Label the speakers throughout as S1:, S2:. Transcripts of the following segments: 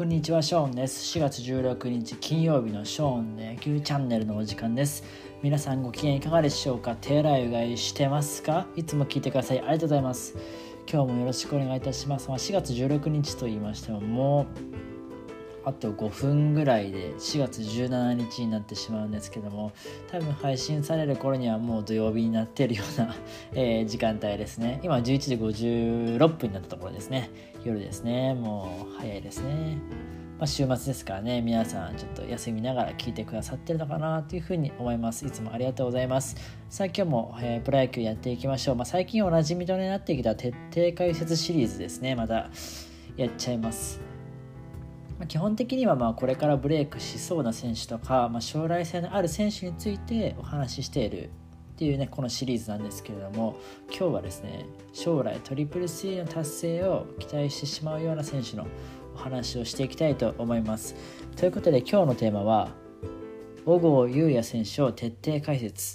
S1: こんにちは、ショーンです。4月16日金曜日のショーン野球チャンネルのお時間です。皆さんご機嫌いかがでしょうか？手洗いうがいしてますか？いつも聞いてください。ありがとうございます。今日もよろしくお願いいたします。4月16日と言いましても、もうあと5分ぐらいで4月17日になってしまうんですけども、多分配信される頃にはもう土曜日になっているような、時間帯ですね。今11時56分になったところですね。夜ですね。もう早いですね。週末ですからね、皆さんちょっと休みながら聞いてくださってるのかなというふうに思います。いつもありがとうございます。さあ今日も、プロ野球やっていきましょう。最近おなじみとなってきた徹底解説シリーズですね。またやっちゃいます。基本的にはこれからブレイクしそうな選手とか、将来性のある選手についてお話ししているっていうね、このシリーズなんですけれども、今日はですね、将来トリプルスリーの達成を期待してしまうような選手のお話をしていきたいと思います。ということで今日のテーマは小郷裕也選手を徹底解説。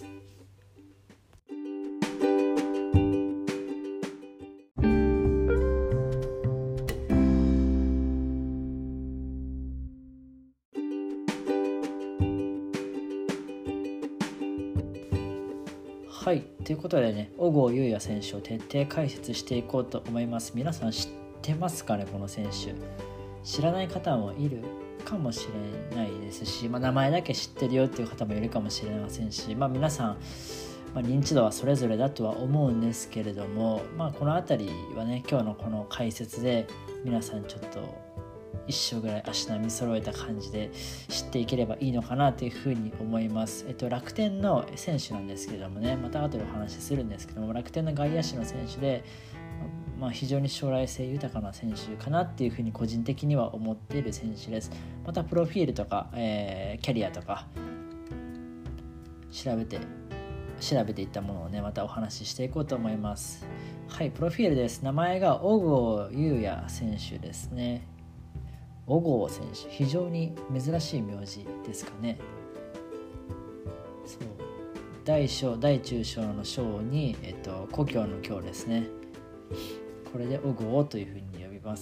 S1: はい、ということでね、小郷裕也選手を徹底解説していこうと思います。皆さん知ってますかね、この選手。知らない方もいるかもしれないですし、名前だけ知ってるよっていう方もいるかもしれませんし、皆さん、認知度はそれぞれだとは思うんですけれども、このあたりはね、今日のこの解説で皆さんちょっと一生ぐらい足並み揃えた感じで知っていければいいのかなというふうに思います。楽天の選手なんですけれどもね、また後でお話しするんですけども、楽天の外野手の選手で、非常に将来性豊かな選手かなっていうふうに個人的には思っている選手です。またプロフィールとか、キャリアとか調べていったものをね、またお話ししていこうと思います。はい、プロフィールです。名前が小郷裕也選手ですね。小郷選手、非常に珍しい名字ですかね。そう、大中小の小に、故郷の郷ですね。これで小郷というふうに呼びます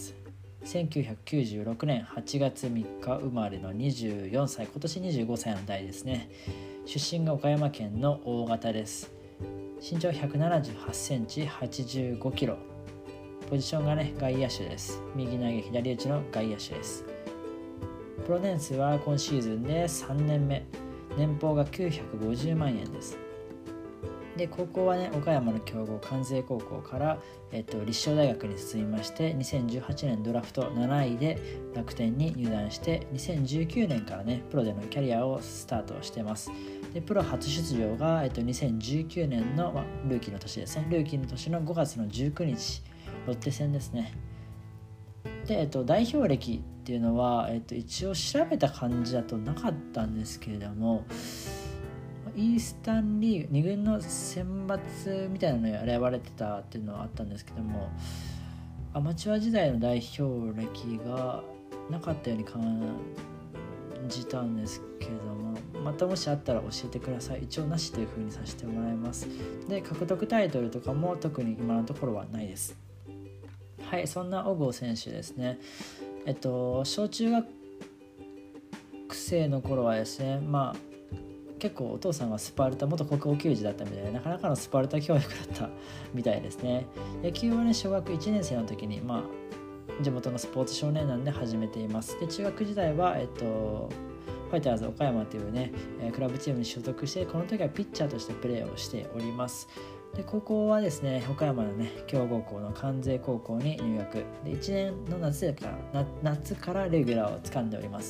S1: 。1996年8月3日生まれの24歳、今年25歳の代ですね。出身が岡山県の大型です。身長178センチ、85キロ。ポジションがね、外野手です。右投げ左打ちの外野手です。プロ年数は今シーズンで3年目。年俸が950万円です。で、高校はね、岡山の強豪関西高校から、立正大学に進みまして、2018年ドラフト7位で楽天に入団して、2019年からね、プロでのキャリアをスタートしています。で、プロ初出場が、2019年の、ルーキーの年ですね。ルーキーの年の5月の19日、ロッテ戦ですね。で、代表歴っていうのは、一応調べた感じだとなかったんですけれども、イースタンリーグ2軍の選抜みたいなのに選ばれてたっていうのはあったんですけども、アマチュア時代の代表歴がなかったように感じたんですけれども、またもしあったら教えてください。一応なしというふうにさせてもらいます。で、獲得タイトルとかも特に今のところはないです。はい、そんな小郷選手ですね。小中学生の頃はですね、結構お父さんがスパルタ元国宝球児だったみたいで、なかなかのスパルタ教育だったみたいですね。野球はね、小学1年生の時に、地元のスポーツ少年団で始めています。で、中学時代は、ファイターズ岡山というね、クラブチームに所属して、この時はピッチャーとしてプレーをしております。で、高校はですね、岡山のね、強豪校の関西高校に入学で、1年の夏からレギュラーを掴んでおります。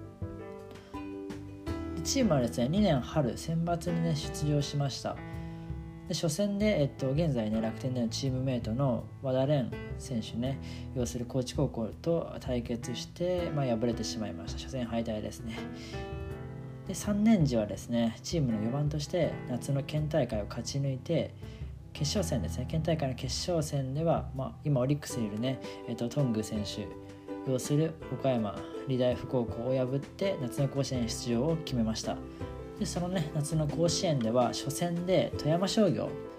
S1: チームはですね、2年春選抜にね、出場しました。で、初戦で、現在ね、楽天でのチームメイトの和田蓮選手ね、要する高知高校と対決して、敗れてしまいました。初戦敗退ですね。で、3年時はですね、チームの4番として夏の県大会を勝ち抜いて、決勝戦ですね、県大会の決勝戦では、今オリックスにいるね、トング選手要する岡山理大附高校を破って夏の甲子園出場を決めました。で、そのね、夏の甲子園では初戦で富山商業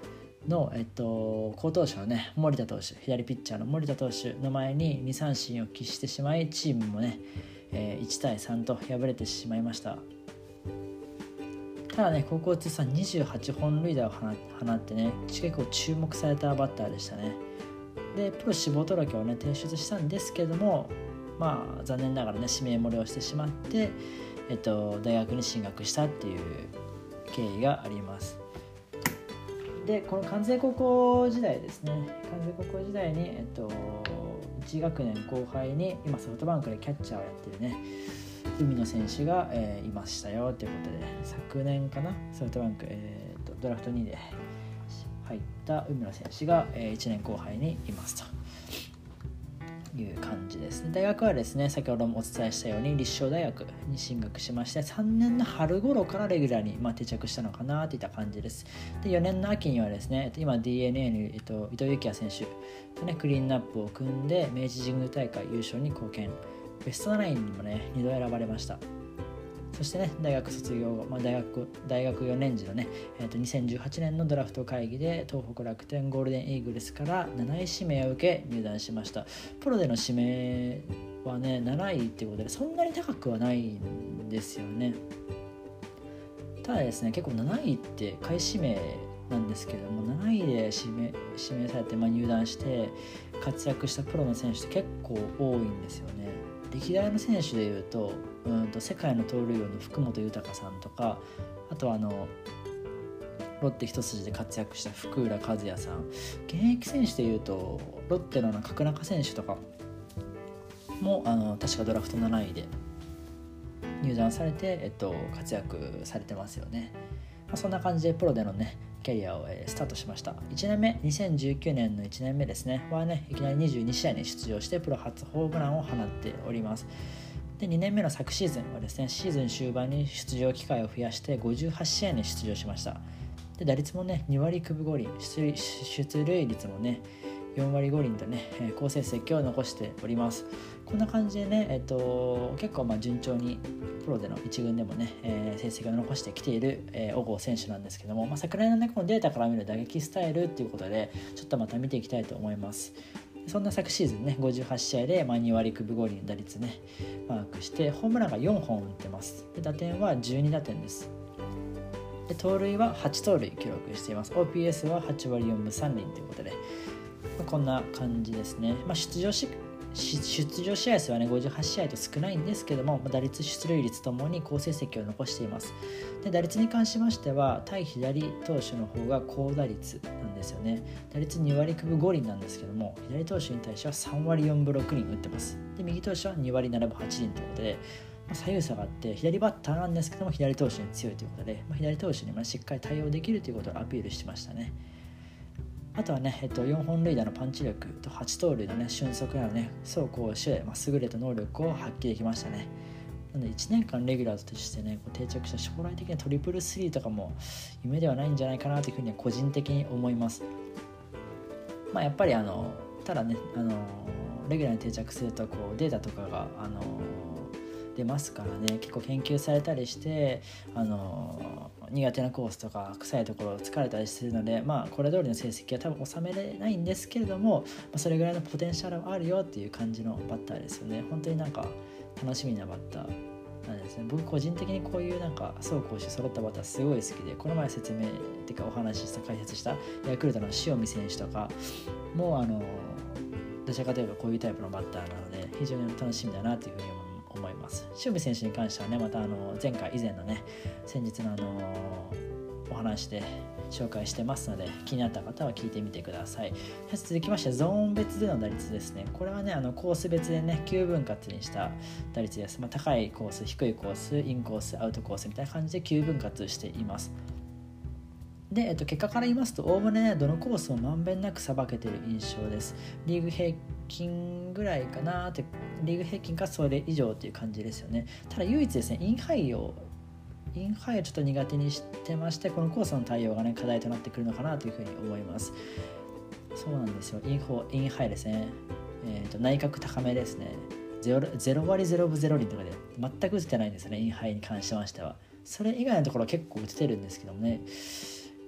S1: の、好投手のね森田投手、左ピッチャーの森田投手の前に2三振を喫してしまい、チームもね、1対3と敗れてしまいました。ただね、高校通算28本塁打を放ってね、結構注目されたバッターでしたね。でプロ志望届をね提出したんですけども、残念ながらね指名漏れをしてしまって、大学に進学したっていう経緯があります。でこの関西高校時代ですね、関西高校時代に、1学年後輩に今ソフトバンクでキャッチャーをやってるね海野選手が、いましたよということで、昨年かなソフトバンク、ドラフト2で入った海野選手が、1年後輩にいますという感じですね。大学はですね、先ほどもお伝えしたように立正大学に進学しまして、3年の春頃からレギュラーに定着したのかなといった感じです。で4年の秋にはですね、今 DNA に、伊藤幸也選手とねクリーンナップを組んで明治神宮大会優勝に貢献、ベストナインにもね2度選ばれました。そしてね大学卒業後、大学4年時のね、2018年のドラフト会議で東北楽天ゴールデンイーグルスから7位指名を受け入団しました。プロでの指名はね7位っていうことでそんなに高くはないんですよね。ただですね、結構7位って下位指名なんですけれども、7位で指名されて入団して活躍したプロの選手って結構多いんですよね。歴代の選手でいうと世界の盗塁王の福本豊さんとか、あとはロッテ一筋で活躍した福浦和也さん、現役選手でいうとロッテの角中選手とかも確かドラフト7位で入団されて、活躍されてますよね。そんな感じでプロでのねキャリアをスタートしました。1年目2019年の1年目ですねはね、いきなり22試合に出場してプロ初ホームランを放っております。で2年目の昨シーズンはですね、シーズン終盤に出場機会を増やして58試合に出場しました。で打率もね2割9分5厘、出塁率もね4割5厘とね好成績を残しております。こんな感じでね、結構順調にプロでの1軍でもね、成績を残してきている、小郷選手なんですけども、昨年のねこのデータから見る打撃スタイルっていうことでちょっとまた見ていきたいと思います。そんな昨シーズンね58試合で2割9分5厘打率ねマークして、ホームランが4本打ってます。で打点は12打点です。で盗塁は8盗塁記録しています。 OPS は8割4分3厘ということで、こんな感じですね。出場試合数はね58試合と少ないんですけども、打率出塁率ともに好成績を残しています。で打率に関しましては対左投手の方が高打率なんですよね。打率2割9分5厘なんですけども、左投手に対しては3割4分6厘打ってます。で右投手は2割7分8厘ということで、左右差があって左バッターなんですけども左投手に強いということで、左投手にもしっかり対応できるということをアピールしてましたね。あとはね、4本塁打のパンチ力と8盗塁のね俊足などね走攻守で優れた能力を発揮できましたね。なので1年間レギュラーとしてね定着した将来的なトリプルスリーとかも夢ではないんじゃないかなというふうには個人的に思います。やっぱりただねレギュラーに定着するとデータとかが出ますからね、結構研究されたりして苦手なコースとか臭いところを疲れたりするので、これ通りの成績は多分収められないんですけれども、それぐらいのポテンシャルはあるよっていう感じのバッターですよね。本当に楽しみなバッターなんですね。僕個人的にこういう走攻守揃ったバッターすごい好きで、この前説明っていうかお話しした解説したヤクルトの塩見選手とかもどちらかといえばこういうタイプのバッターなので非常に楽しみだなというふうに思います。塩見選手に関してはね、また以前のね先日のお話で紹介してますので、気になった方は聞いてみてください。続きましてゾーン別での打率ですね。これはねコース別でね9分割にした打率です。高いコース、低いコース、インコース、アウトコースみたいな感じで9分割しています。で、結果から言いますとおおむね、ね、どのコースもまんべんなくさばけている印象です。リーグ平均ぐらいかなって、リーグ平均かそれ以上という感じですよね。ただ唯一ですねインハイをちょっと苦手にしてまして、このコースの対応がね課題となってくるのかなというふうに思います。そうなんですよ。インハイですね、内角高めですね。0割0分0厘とかで全く打ててないんですよね、インハイに関してましては。それ以外のところは結構打ててるんですけどもね、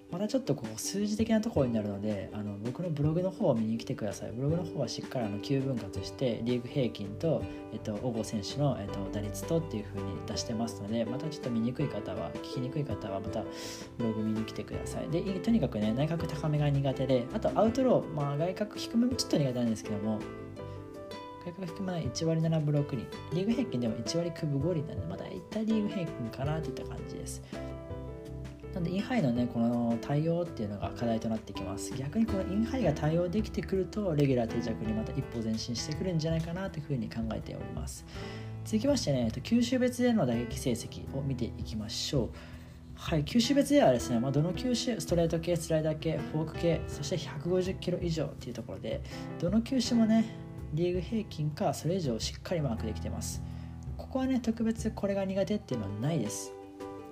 S1: またちょっとこう数字的なところになるので僕のブログの方を見に来てください。ブログの方はしっかり9分割してリーグ平均と、小郷選手の、打率とっていう風に出してますので、またちょっと見にくい方は聞きにくい方はまたブログ見に来てください。でとにかくね内角高めが苦手で、あとアウトロー、外角低めもちょっと苦手なんですけども、外角低めは1割7分6厘、リーグ平均でも1割9分5厘なんで、まだいったリーグ平均かなといった感じです。なんでインハイのねこの対応っていうのが課題となってきます。逆にこのインハイが対応できてくるとレギュラー定着にまた一歩前進してくるんじゃないかなというふうに考えております。続きましてね、球種別での打撃成績を見ていきましょう。はい、球種別ではですね、どの球種、ストレート系、スライダー系、フォーク系、そして150キロ以上っていうところで、どの球種もねリーグ平均かそれ以上しっかりマークできてます。ここはね特別これが苦手っていうのはないです。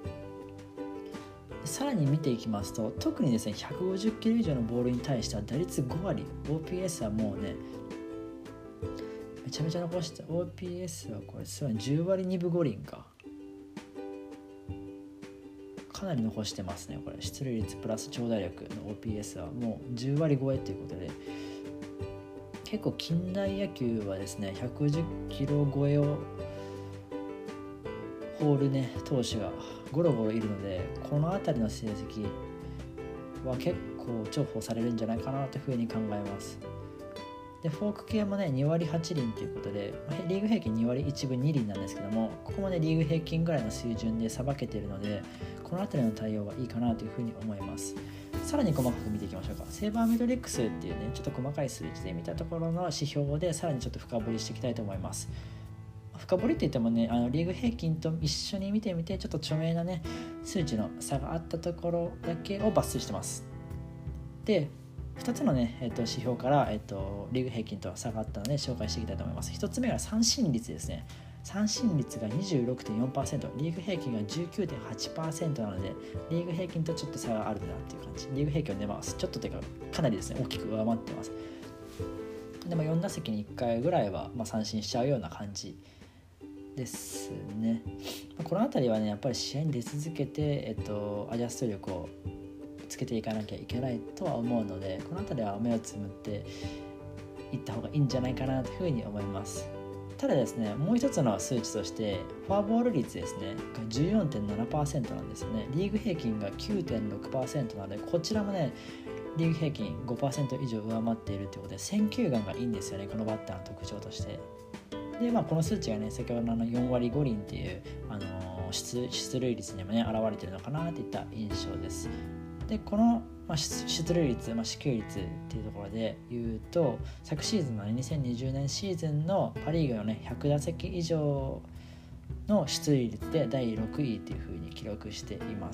S1: さらに見ていきますと、特にですね150キロ以上のボールに対しては打率5割、 OPS はもうねめちゃめちゃ残して、 OPS はこれすごい10割2分5厘かなり残してますね。これ出塁率プラス長打力の OPS はもう10割超えということで、結構近代野球はですね110キロ超えをホールね投手がゴロゴロいるので、この辺りの成績は結構重宝されるんじゃないかなというふうに考えます。でフォーク系もね2割8厘ということで、リーグ平均2割1分2厘なんですけども、ここもねリーグ平均ぐらいの水準でさばけているので、この辺りの対応はいいかなというふうに思います。さらに細かく見ていきましょうか。セーバーメトリックスっていうねちょっと細かい数字で見たところの指標でさらにちょっと深掘りしていきたいと思います。深掘りって言ってもねリーグ平均と一緒に見てみて、ちょっと著名なね数値の差があったところだけを抜粋してます。で2つのね、指標から、リーグ平均と差があったので紹介していきたいと思います。1つ目が三振率ですね。三振率が 26.4%、 リーグ平均が 19.8% なので、リーグ平均とちょっと差があるなっていう感じ。リーグ平均を出ます。ちょっとというかかなりですね大きく上回ってます。でも4打席に1回ぐらいは、三振しちゃうような感じですね。この辺りはねやっぱり試合に出続けて、アジャスト力をつけていかなきゃいけないとは思うので、この辺りは目をつむっていった方がいいんじゃないかなというふうに思います。ただですね、もう一つの数値としてフォアボール率ですねが 14.7% なんですよね。リーグ平均が 9.6% なので、こちらもねリーグ平均 5% 以上上回っているということで、選球眼がいいんですよね、このバッターの特徴として。でこの数値がね先ほどの4割5厘っていう、出塁率にもね現れているのかなといった印象です。でこの、出塁率、支給率っていうところで言うと、昨シーズンの、2020年シーズンのパ・リーグのね100打席以上の出塁率で第6位っていう風に記録しています。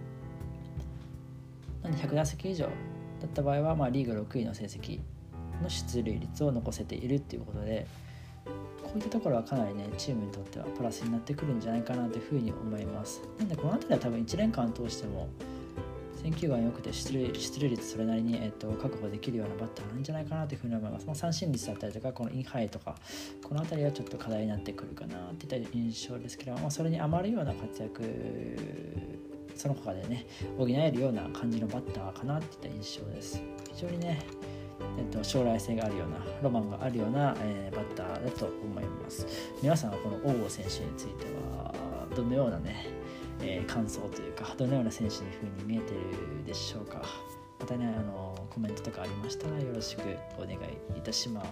S1: なので100打席以上だった場合は、リーグ6位の成績の出塁率を残せているっていうことで、こういったところはかなりねチームにとってはプラスになってくるんじゃないかなというふうに思います。なのでこの辺りは多分1年間通しても選球眼良くて出塁率それなりに、確保できるようなバッターなんじゃないかなというふうに思います。三振率だったりとかこのインハイとかこの辺りはちょっと課題になってくるかなっていった印象ですけど、それに余るような活躍、その他でね補えるような感じのバッターかなっていった印象です。非常にね将来性があるようなロマンがあるような、バッターだと思います。皆さんはこの小郷選手についてはどのようなね、感想というかどのような選手に風に見えているでしょうか。またねコメントとかありましたらよろしくお願いいたします。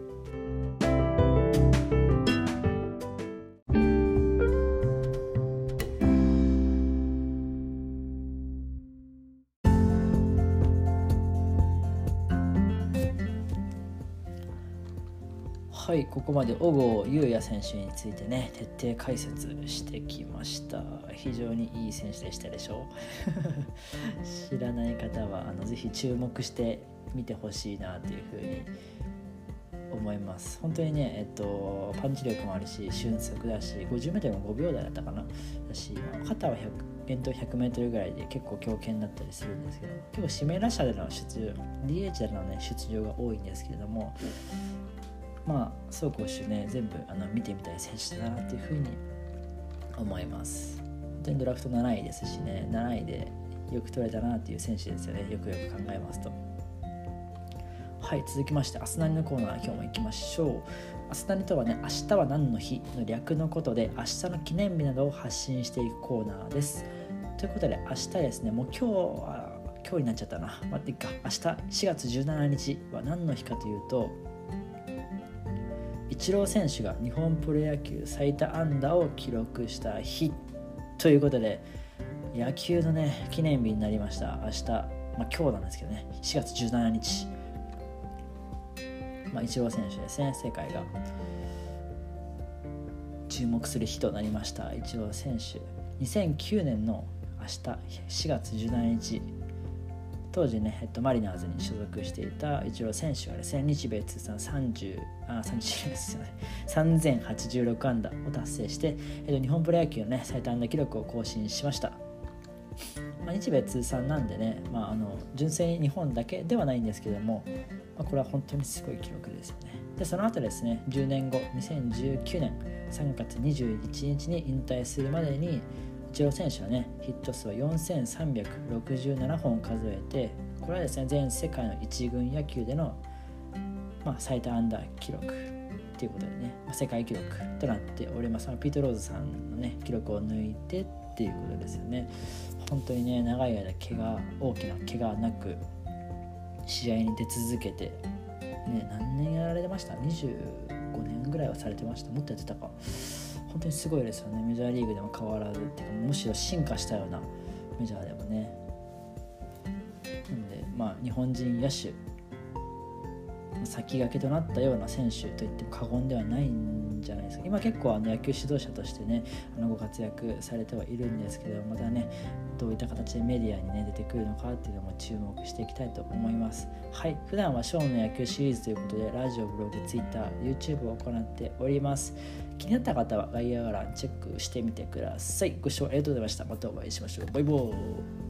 S1: はい、ここまで小郷裕哉選手についてね徹底解説してきました。非常にいい選手でしたでしょう知らない方はぜひ注目してみてほしいなというふうに思います。本当にね、パンチ力もあるし俊足だし 50m も5秒台だったかなだし、肩は遠投 100m ぐらいで結構強肩だったりするんですけど、結構指名打者での出場 DH での、ね、出場が多いんですけれども、走攻守ね全部見てみたい選手だなっていうふうに思います。本当にドラフト7位ですしね、7位でよく取れたなっていう選手ですよね。よくよく考えますと。はい、続きましてアスナニのコーナー、今日も行きましょう。アスナニとはね、明日は何の日の略のことで、明日の記念日などを発信していくコーナーです。ということで明日ですね、もう今日になっちゃったな。待っていっか。明日4月17日は何の日かというと、イチロー選手が日本プロ野球最多安打を記録した日ということで、野球のね記念日になりました。明日、今日なんですけどね、4月17日、イチロー選手ですね。世界が注目する日となりました。イチロー選手、2009年の明日4月17日、当時ね、マリナーズに所属していたイチロー選手がですね、日米通算3086安打を達成して、日本プロ野球のね最多安打記録を更新しました。日米通算なんでね、純粋に日本だけではないんですけども、これは本当にすごい記録ですよね。でその後ですね、10年後2019年3月21日に引退するまでに、イチロー選手はねヒット数は4367本数えて、これはですね全世界の一軍野球での、最多安打記録ということでね、世界記録となっております。ピート・ローズさんのね記録を抜いてっていうことですよね。本当にね、長い間大きな怪我なく試合に出続けて、何年やられてました？ 25 年ぐらいはされてました。もっとやってたか。本当にすごいですよね。メジャーリーグでも変わらずっていうか、むしろ進化したようなメジャーでもね。なので日本人野手先駆けとなったような選手といっても過言ではないんじゃないですか。今結構野球指導者としてねご活躍されてはいるんですけど、またねどういった形でメディアにね出てくるのかっていうのも注目していきたいと思います。はい、普段はショーンの野球シリーズということで、ラジオ、ブログ、ツイッター、YouTube を行っております。気になった方は概要欄チェックしてみてください。ご視聴ありがとうございました。またお会いしましょう。バイバーイ。